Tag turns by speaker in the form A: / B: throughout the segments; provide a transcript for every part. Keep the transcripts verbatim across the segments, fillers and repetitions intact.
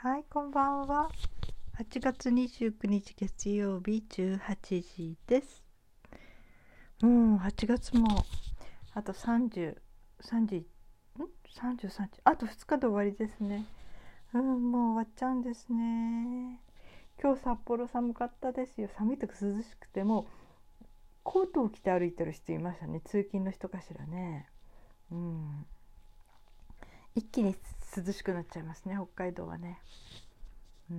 A: はい、こんばんは。はちがつにじゅうくにち月曜日じゅうはちじです。うん、はちがつもあとさんじゅう、さんじゅう、ん ?さんじゅうさん 日、あとふつかで終わりですね。うん、もう終わっちゃうんですね。今日札幌寒かったですよ。寒いとか涼しくてもコートを着て歩いてる人いましたね。通勤の人かしらね。うん。一気に涼しくなっちゃいますね、北海道はね。うん。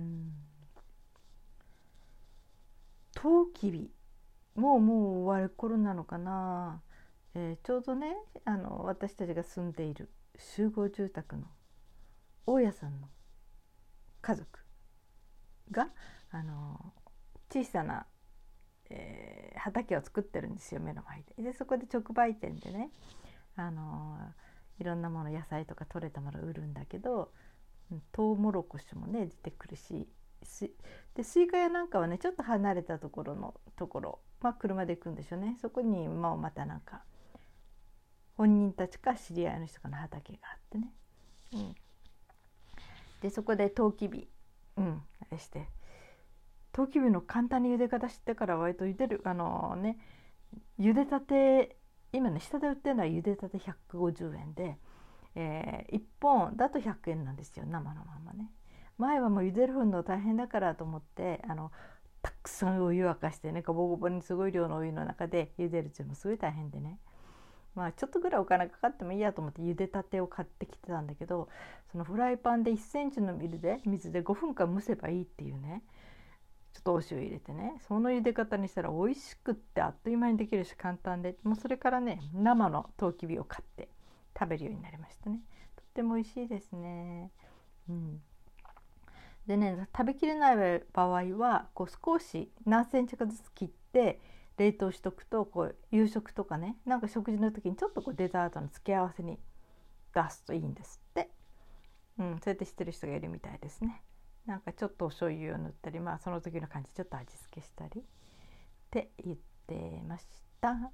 A: トウキビもうもう終わる頃なのかな、えーちょうどね、あの私たちが住んでいる集合住宅の大家さんの家族があの小さな、えー畑を作ってるんですよ、目の前で。でそこで直売店でね、あのいろんなもの、野菜とか取れたものを売るんだけど、トウモロコシもね出てくるし、でスイカやなんかはねちょっと離れたところのところ、まあ車で行くんでしょうね。そこに、まあ、またなんか本人たちか知り合いの人かの畑があってね、うん、でそこでトウキビ、うん、あれしてトウキビの簡単に茹で方知ってから割と茹でる、あのね、茹でたて、今ね下で売ってるのは茹でたてひゃくごじゅうえんで、えー、いっぽんだとひゃくえんなんですよ、生のままね。前はもう茹でるの大変だからと思って、あのたくさんお湯沸かしてね、ゴボゴボにすごい量のお湯の中で茹でるっていうのもすごい大変でね、まあちょっとぐらいお金かかってもいいやと思って茹でたてを買ってきてたんだけど、そのフライパンでいっセンチの水で水でごふんかん蒸せばいいっていうね、ちょっとお塩入れてね、その茹で方にしたら美味しくってあっという間にできるし簡単で、もうそれからね生のトウキビを買って食べるようになりましたね。とっても美味しいですね。うん、でね、食べきれない場合はこう少し何センチかずつ切って冷凍しとくと、こう夕食とかね、なんか食事の時にちょっとこうデザートの付け合わせに出すといいんですって。うん、そうやって知ってる人がいるみたいですね。なんかちょっとお醤油を塗ったり、まあその時の感じちょっと味付けしたりって言ってました。はい。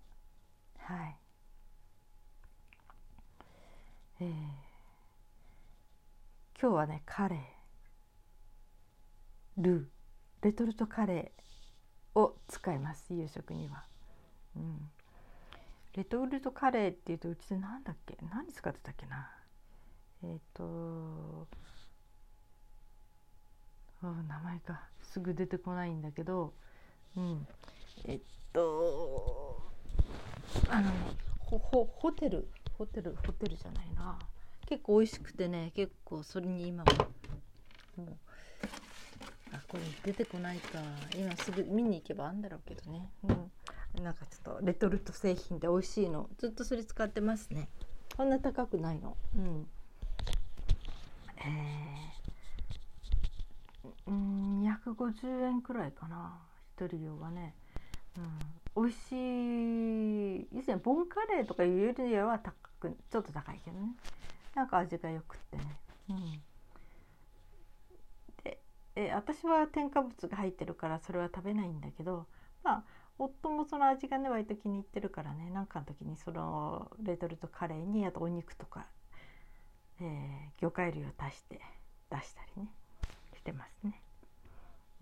A: えー、今日はねカレールーレトルトカレーを使います、夕食には。うん、レトルトカレーっていうとうちでなんだっけ、何使ってたっけな、えっ、ー、と名前がすぐ出てこないんだけど、うん、えっとあのホホホテルホテルホテルじゃないな、結構美味しくてね、結構それに今ももう、あ、これ出てこないか、今すぐ見に行けばあるんだろうけどね、うん、なんかちょっとレトルト製品で美味しいのずっとそれ使ってますね。こんな高くないの。うん、えー、うんにひゃくごじゅうえんくらいかな、一人用はね。うん、美味しい。以前ボンカレーとかいうよりは高く、ちょっと高いけどね、なんか味がよくってね、うん、でえ私は添加物が入ってるからそれは食べないんだけど、まあ夫もその味がね割と気に入ってるからね、なんかの時にそのレトルトカレーにあとお肉とか、えー、魚介類を足して出したりねしてますね。うん、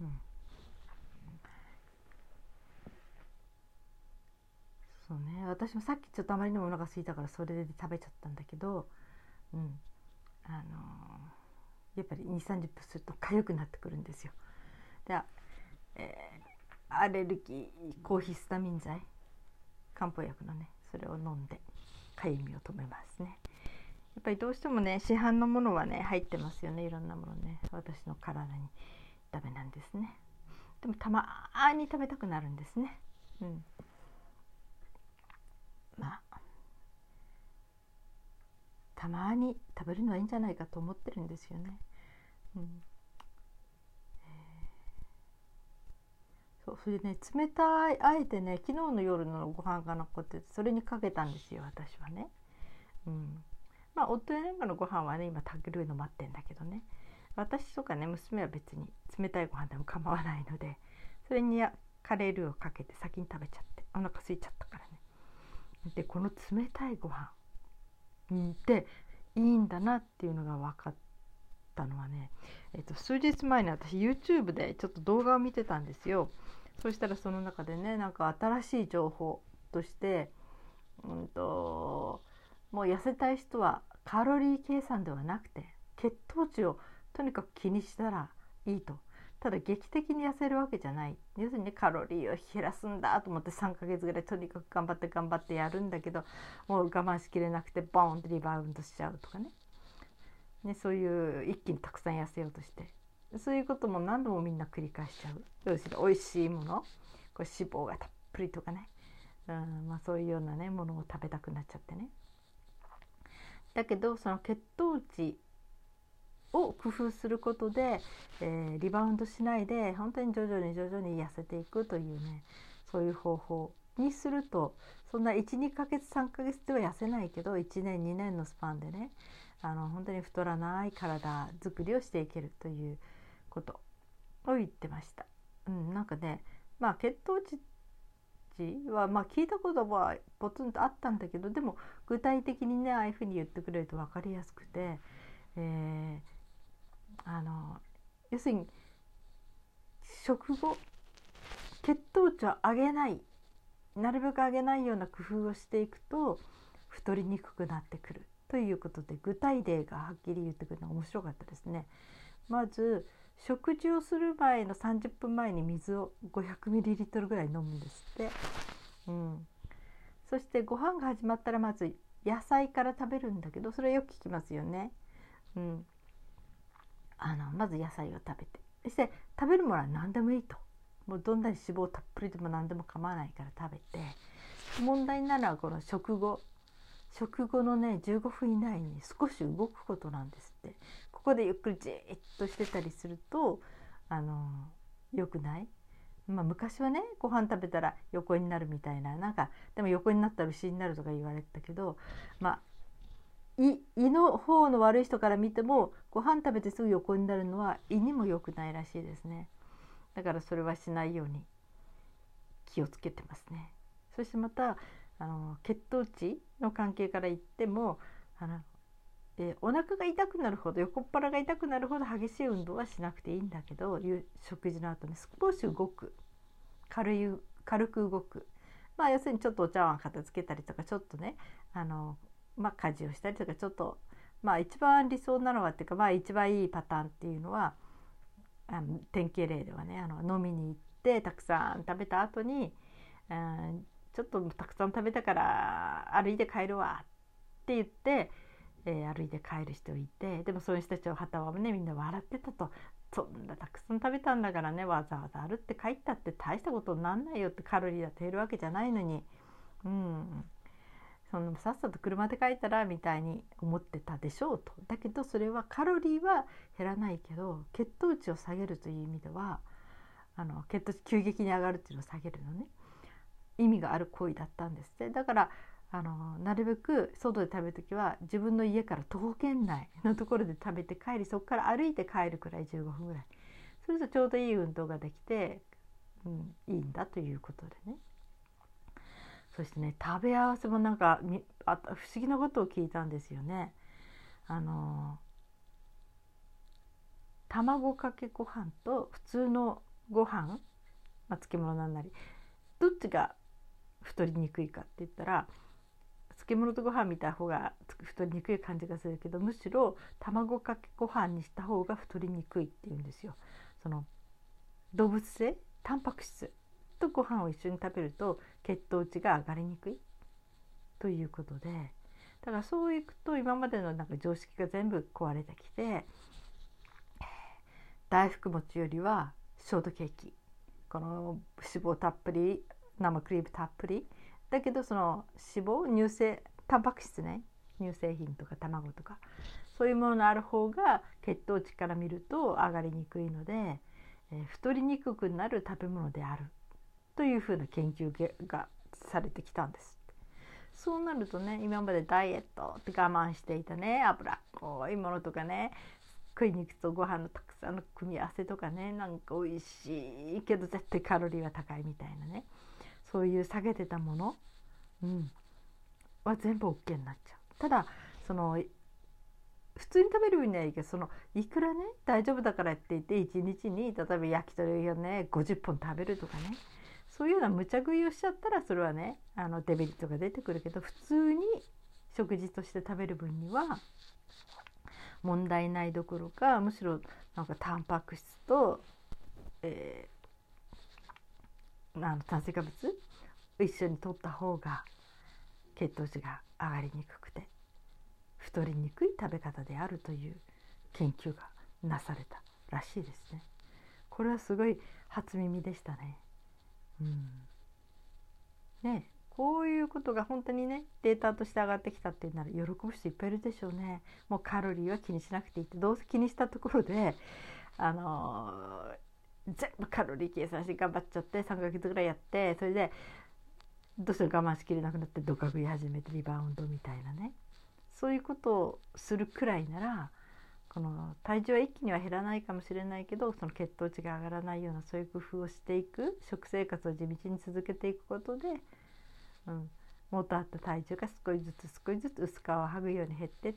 A: そうね、私もさっきちょっとあまりにもお腹空いたからそれで食べちゃったんだけど、うん、あのーやっぱりにじゅうさんじゅっぷんすると痒くなってくるんですよ。で、えー、アレルギー抗ヒスタミン剤、漢方薬のね、それを飲んでかゆみを止めますね。やっぱりどうしてもね市販のものはね入ってますよね、いろんなものね、私の体にダメなんですね。でもたまに食べたくなるんですね。うん、まあたまに食べるのはいいんじゃないかと思ってるんですよね。うん、そうそれでね、冷たい、あえてね昨日の夜のご飯が残っててそれにかけたんですよ、私はね。うん、まあ夫やなんかのご飯はね今炊けるの待ってんだけどね、私とかね娘は別に冷たいご飯でも構わないので、それにカレールーをかけて先に食べちゃってお腹空いちゃったからね。でこの冷たいご飯でいいんだなっていうのが分かっったのはね、えっと、数日前に私 YouTube でちょっと動画を見てたんですよ。そしたらその中でね、なんか新しい情報として、うんともう痩せたい人はカロリー計算ではなくて血糖値をとにかく気にしたらいいと。ただ劇的に痩せるわけじゃない。要するに、ね、カロリーを減らすんだと思ってさんかげつぐらいとにかく頑張って頑張ってやるんだけど、もう我慢しきれなくてボーンってリバウンドしちゃうとかね。ね、そういう一気にたくさん痩せようとして、そういうことも何度もみんな繰り返しちゃう。要するに美味しいもの、これ脂肪がたっぷりとかね、うんまあ、そういうような、ね、ものを食べたくなっちゃってね。だけどその血糖値を工夫することで、えー、リバウンドしないで本当に徐々に徐々に痩せていくというね、そういう方法にすると、そんないち、にかげつさんかげつでは痩せないけどいちねんにねんのスパンでね、あの本当に太らない体作りをしていけるということを言ってました。うん、なんかね、まあ血糖値はまあ聞いたことはポツンとあったんだけど、でも具体的にねああいうふうに言ってくれると分かりやすくて、えーあの要するに食後血糖値を上げない、なるべく上げないような工夫をしていくと太りにくくなってくるということで、具体例がはっきり言ってくるのが面白かったですね。まず食事をする前のさんじゅっぷんまえに水を ごひゃくミリリットル ぐらい飲むんですって、うん、そしてご飯が始まったらまず野菜から食べるんだけど、それよく聞きますよね。うんあのまず野菜を食べて、そして食べるものは何でもいいと、もうどんなに脂肪たっぷりでも何でも構わないから食べて、問題なのはこの食後食後のねじゅうごふん以内に少し動くことなんですって。ここでゆっくりじーっとしてたりするとあの良くない。まあ、昔はねご飯食べたら横になるみたいな、なんかでも横になったら牛になるとか言われてたけど、まあ胃, 胃の方の悪い人から見てもご飯食べてすぐ横になるのは胃にも良くないらしいですね。だからそれはしないように気をつけてますね。そしてまたあの血糖値の関係から言っても、あの、えー、お腹が痛くなるほど、横っ腹が痛くなるほど激しい運動はしなくていいんだけど、食事の後に少し動く、軽い軽く動く、まあ要するにちょっとお茶碗片付けたりとか、ちょっとねあのまあ、家事をしたりとか、ちょっとまあ一番理想なのはっていうか、まあ一番いいパターンっていうのは、あの典型例ではね、あの飲みに行ってたくさん食べた後に、うん、ちょっとたくさん食べたから歩いて帰るわって言って、えー、歩いて帰る人いて、でもそういう人たちをはたはねみんな笑ってたと。そんなたくさん食べたんだからね、わざわざ歩って帰ったって大したことになんないよって、カロリーだって減るわけじゃないのに、うんそのさっさと車で帰ったらみたいに思ってたでしょうと。だけどそれはカロリーは減らないけど血糖値を下げるという意味では、あの血糖値急激に上がるっていうのを下げるのね、意味がある行為だったんですって。だからあのなるべく外で食べるときは自分の家から徒歩圏内のところで食べて帰り、そこから歩いて帰るくらいじゅうごふんぐらい、それとちょうどいい運動ができて、うん、いいんだということでね。そしてね食べ合わせもなんかあ不思議なことを聞いたんですよね。あの卵かけご飯と普通のご飯、まあ、漬物なんなり、どっちが太りにくいかって言ったら、漬物とご飯みたいな方が太りにくい感じがするけど、むしろ卵かけご飯にした方が太りにくいっていうんですよ。その動物性タンパク質とご飯を一緒に食べると血糖値が上がりにくいということで、だからそういくと今までのなんか常識が全部壊れてきて、大福餅よりはショートケーキ、この脂肪たっぷり、生クリームたっぷりだけど、その脂肪乳製タンパク質ね、乳製品とか卵とかそういうもののある方が血糖値から見ると上がりにくいので、えー、太りにくくなる食べ物であるというふうな研究がされてきたんです。そうなるとね、今までダイエットって我慢していたね脂っこいものとかね、食いに行くとご飯のたくさんの組み合わせとかね、なんか美味しいけど絶対カロリーは高いみたいなね、そういう下げてたもの、うん、は全部 OK になっちゃう。ただその普通に食べる分にはいいけど、そのいくらね大丈夫だからって言っていちにちに例えば焼き鳥をねごじゅっぽん食べるとかね、そういうような無茶食いをしちゃったらそれはねあのデメリットが出てくるけど、普通に食事として食べる分には問題ないどころか、むしろなんかタンパク質と、えー、あの炭水化物一緒に摂った方が血糖値が上がりにくくて太りにくい食べ方であるという研究がなされたらしいですね。これはすごい初耳でしたね。うん、ね、こういうことが本当にねデータとして上がってきたっていうなら喜ぶ人いっぱいいるでしょうね。もうカロリーは気にしなくていいって、どうせ気にしたところであのー、全部カロリー計算して頑張っちゃってさんかげつぐらいやって、それでどうしても我慢しきれなくなってドカ食い始めてリバウンドみたいなね、そういうことをするくらいなら、この体重は一気には減らないかもしれないけど、その血糖値が上がらないようなそういう工夫をしていく、食生活を地道に続けていくことで、うん、元あった体重が少しずつ少しずつ薄皮を剥ぐように減ってって、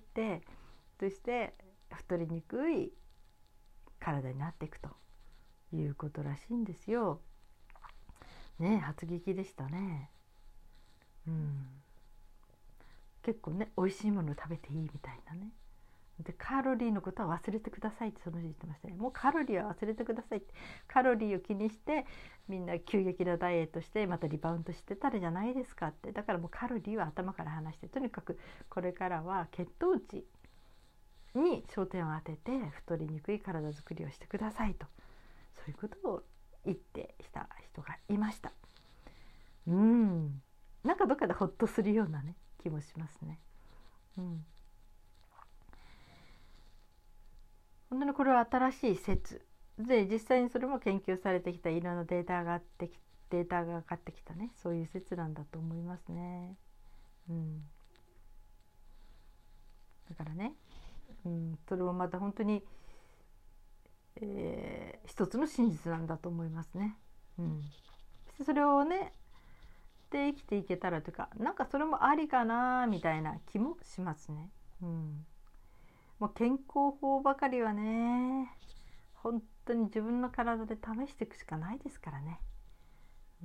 A: そして太りにくい体になっていくということらしいんですよ。ねえ、初聞きでしたね。うん、結構ね美味しいものを食べていいみたいなね。でカロリーのことは忘れてくださいってその人言ってましたね。もうカロリーは忘れてくださいって、カロリーを気にしてみんな急激なダイエットしてまたリバウンドしてたらじゃないですかって。だからもうカロリーは頭から離して、とにかくこれからは血糖値に焦点を当てて太りにくい体づくりをしてくださいと、そういうことを言ってした人がいました。うん、なんかどっかでホッとするようなね気もしますね。うん、本当にこれは新しい説で、実際にそれも研究されてきたいろんなデータが上がってきデータが上がってきたね、そういう説なんだと思いますね。うん、だからね、うん、それもまた本当に、えー、一つの真実なんだと思いますね。うん、それをねで生きていけたらというか、なんかそれもありかなみたいな気もしますね。うん、もう健康法ばかりはね本当に自分の体で試していくしかないですからね。うん、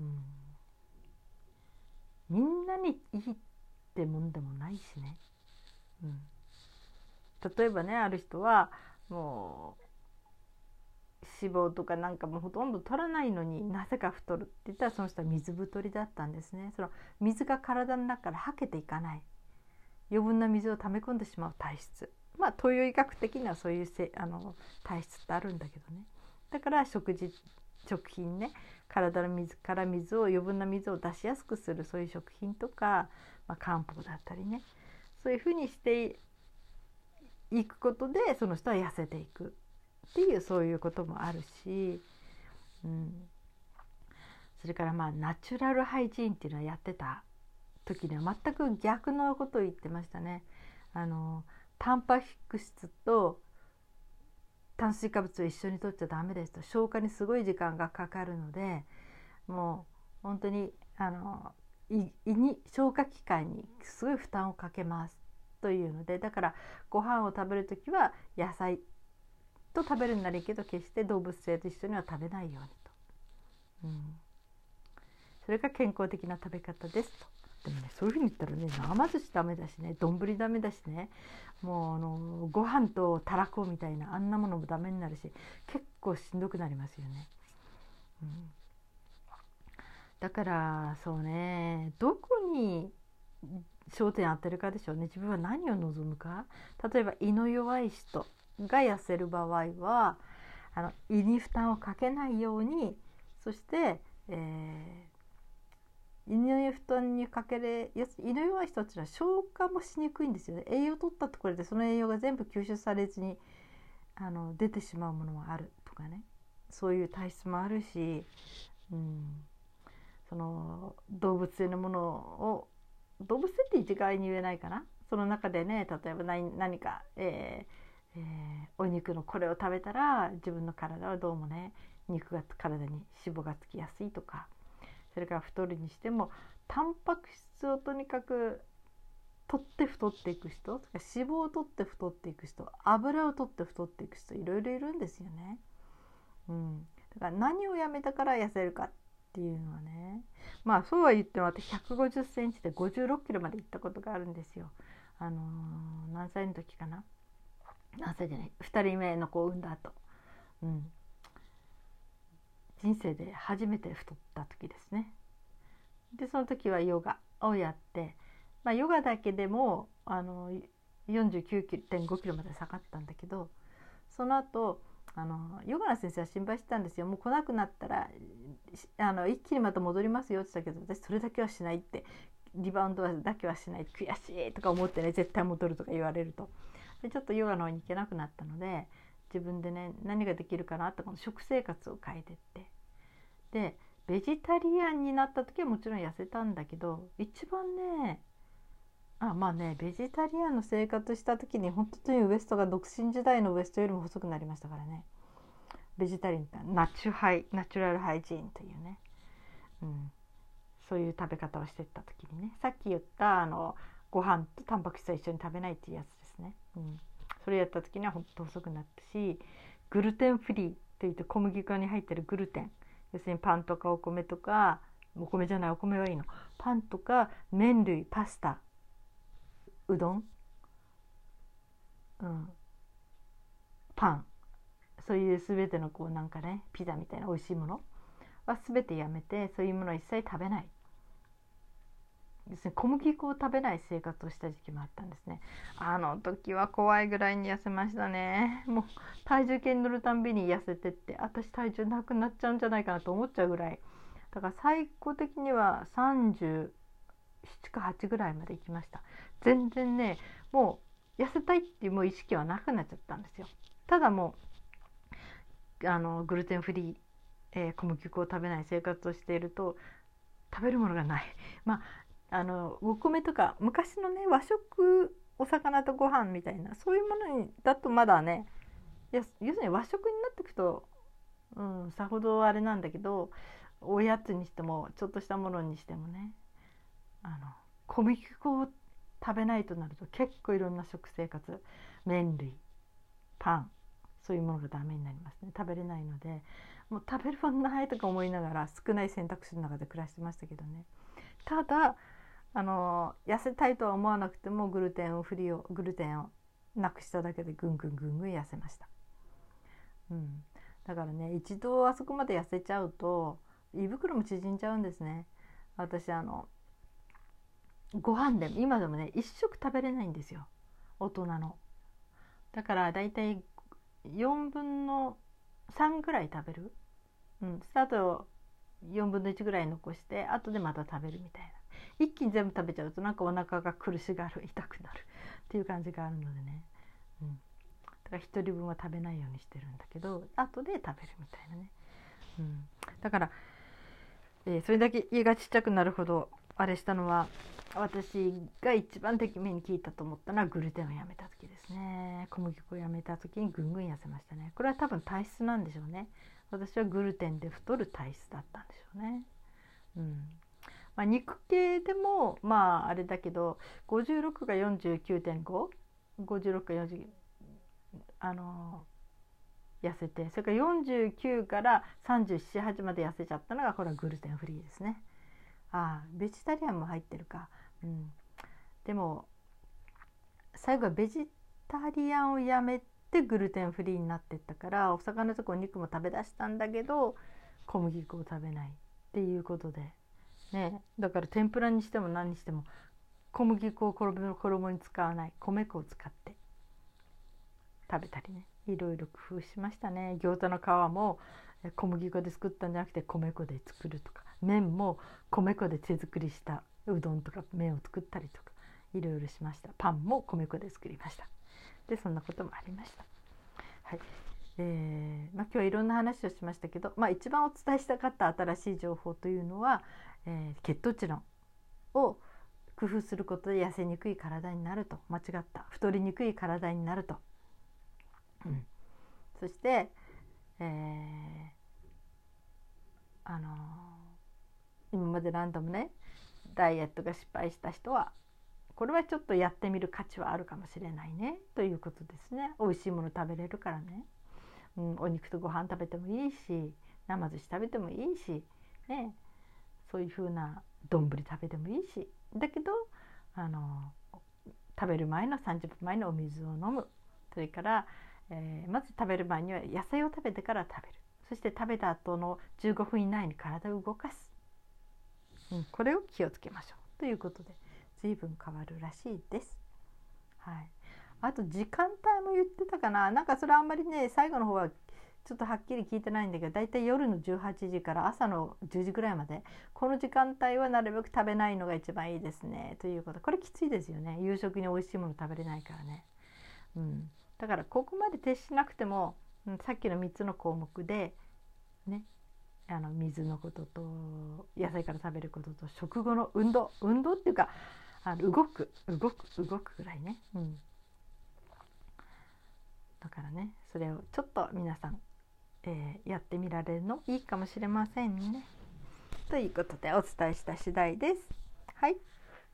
A: みんなにいいってもんでもないしね。うん、例えばねある人はもう脂肪とかなんかもうほとんど取らないのになぜか太るって言ったら、その人は水太りだったんですね。その水が体の中からはけていかない、余分な水を溜め込んでしまう体質、まあ東洋医学的にはそういうせあの体質ってあるんだけどね。だから食事食品ね、体の水から水を余分な水を出しやすくするそういう食品とか、まあ、漢方だったりね、そういうふうにしていくことでその人は痩せていくっていう、そういうこともあるし、うん、それからまあナチュラルハイジーンっていうのはやってた時には全く逆のことを言ってましたね。あのタンパク質と炭水化物を一緒に摂っちゃダメですと、消化にすごい時間がかかるので、もう本当にあの胃に消化器官にすごい負担をかけますというので、だからご飯を食べるときは野菜と食べるならいいけど決して動物性と一緒には食べないようにと、うん、それが健康的な食べ方ですと。でもね、そういうふうに言ったらね生寿司ダメだしね、丼ダメだしね、もうあのご飯とたらこみたいなあんなものもダメになるし、結構しんどくなりますよね。うん、だからそうね、どこに焦点当てるかでしょうね。自分は何を望むか。例えば胃の弱い人が痩せる場合はあの胃に負担をかけないように、そして、えー胃の負担にかけれ胃の弱い人たちは消化もしにくいんですよね。栄養を取ったところでその栄養が全部吸収されずにあの出てしまうものもあるとかね、そういう体質もあるし、うん、その動物性のものを、動物性って一概に言えないかな、その中でね、例えば何、何か、えーえー、お肉のこれを食べたら自分の体はどうもね肉が体に脂肪がつきやすいとか、それから太るにしてもタンパク質をとにかく取って太っていく人、脂肪を取って太っていく人、油を取って太っていく人、いろいろいるんですよね。うん、だから何をやめたから痩せるかっていうのはね、まあそうは言っても私ひゃくごじゅっセンチでごじゅうろっキロまで行ったことがあるんですよ。あのー、何歳の時かな、何歳じゃない、ふたりめの子を産んだ後、うん、人生で初めて太った時ですね。でその時はヨガをやって、まあ、ヨガだけでもあのよんじゅうきゅうてんごキロまで下がったんだけど、その後あのヨガの先生は心配してたんですよ。もう来なくなったらあの一気にまた戻りますよって言ったけど、私それだけはしないって、リバウンドだけはしない、悔しいとか思ってね、絶対戻るとか言われると、でちょっとヨガの方に行けなくなったので、自分でね何ができるかなってこの食生活を変えてって、でベジタリアンになった時はもちろん痩せたんだけど、一番ねあまあねベジタリアンの生活した時に本当にウエストが独身時代のウエストよりも細くなりましたからね。ベジタリアンってナチュハイナチュラルハイジーンというね、うん、そういう食べ方をしてった時にね、さっき言ったあのご飯とタンパク質は一緒に食べないっていうやつですね、うん、それやった時には本当細くなったし、グルテンフリーっていって小麦粉に入ってるグルテン、要するにパンとかお米とか、お米じゃないお米はいいの、パンとか麺類、パスタ、うどん、うん、パン、そういう全てのこうなんかねピザみたいな美味しいものは全てやめて、そういうものは一切食べない、ですね、小麦粉を食べない生活をした時期もあったんですね。あの時は怖いぐらいに痩せましたね。もう体重計に乗るたんびに痩せてって、私体重なくなっちゃうんじゃないかなと思っちゃうぐらい、だから最高的にはさんじゅうななかはちぐらいまで行きました。全然ねもう痩せたいっていうもう意識はなくなっちゃったんですよ。ただもうあのグルテンフリー、えー、小麦粉を食べない生活をしていると食べるものがない。まああのお米とか昔のね和食、お魚とご飯みたいなそういうものにだとまだね、要するに和食になっていくと、うん、さほどあれなんだけど、おやつにしてもちょっとしたものにしてもね、あの小麦粉を食べないとなると結構いろんな食生活、麺類、パン、そういうものがダメになりますね。食べれないので、もう食べるものないとか思いながら少ない選択肢の中で暮らしてましたけどね。ただあの痩せたいとは思わなくてもグルテンフリーをグルテンをなくしただけでぐんぐんぐんぐん痩せました、うん、だからね一度あそこまで痩せちゃうと胃袋も縮んじゃうんですね。私あのご飯でも今でもね一食食べれないんですよ、大人の。だからだいたいよんぶんのさんぐらい食べる、うん、スタートよんぶんのいちぐらい残して後でまた食べるみたいな、一気に全部食べちゃうとなんかお腹が苦しがる、痛くなるっていう感じがあるのでね、うん、だからひとりぶんは食べないようにしてるんだけど後で食べるみたいなね、うん、だから、えー、それだけ胃がちっちゃくなるほどあれしたのは、私が一番てきめんに効いたと思ったのはグルテンをやめた時ですね。小麦粉をやめた時にぐんぐん痩せましたね。これは多分体質なんでしょうね。私はグルテンで太る体質だったんでしょうね。うんまあ、肉系でもまああれだけどごじゅうろくが よんじゅうきゅうてんご、ごじゅうろくがよんじゅうあの痩せて、それからよんじゅうきゅうからさんじゅうなな、はちまで痩せちゃったのがこれはグルテンフリーですね。ああベジタリアンも入ってるか、うん、でも最後はベジタリアンをやめてグルテンフリーになってったから、お魚とかお肉も食べだしたんだけど小麦粉を食べないっていうことでね、だから天ぷらにしても何にしても小麦粉を衣に使わない米粉を使って食べたりね、いろいろ工夫しましたね。餃子の皮も小麦粉で作ったんじゃなくて米粉で作るとか、麺も米粉で手作りしたうどんとか麺を作ったりとかいろいろしました。パンも米粉で作りました。でそんなこともありました。はい、えーまあ、今日はいろんな話をしましたけど、まあ、一番お伝えしたかった新しい情報というのは、えー、血糖値論を工夫することで痩せにくい体になると、間違った太りにくい体になると、うん、そして、えー、あのー、今まで何度もねダイエットが失敗した人はこれはちょっとやってみる価値はあるかもしれないねということですね。美味しいもの食べれるからね、うん、お肉とご飯食べてもいいし、生寿司食べてもいいし、ね、そういう風な丼食べてもいいし、だけどあの食べる前のさんじゅっぷんまえのお水を飲む、それから、えー、まず食べる前には野菜を食べてから食べる、そして食べた後のじゅうごふん以内に体を動かす、うん、これを気をつけましょうということで随分変わるらしいです。はい、あと時間帯も言ってたかな、なんかそれあんまりね最後の方はちょっとはっきり聞いてないんだけど、だいたい夜のじゅうはちじから朝のじゅうじぐらいまで、この時間帯はなるべく食べないのが一番いいですねということ。これきついですよね、夕食に美味しいもの食べれないからね、うん、だからここまで徹しなくても、うん、さっきのみっつの項目でね、あの水のことと野菜から食べることと食後の運動運動っていうか、あの動く動く動くぐらいね、うん、だからねそれをちょっと皆さん、えー、やってみられるのいいかもしれませんねということでお伝えした次第です。はい、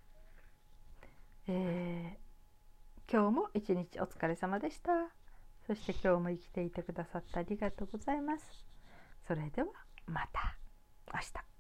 A: えー、今日も一日お疲れ様でした。そして今日も生きていてくださってありがとうございます。それではまた明日。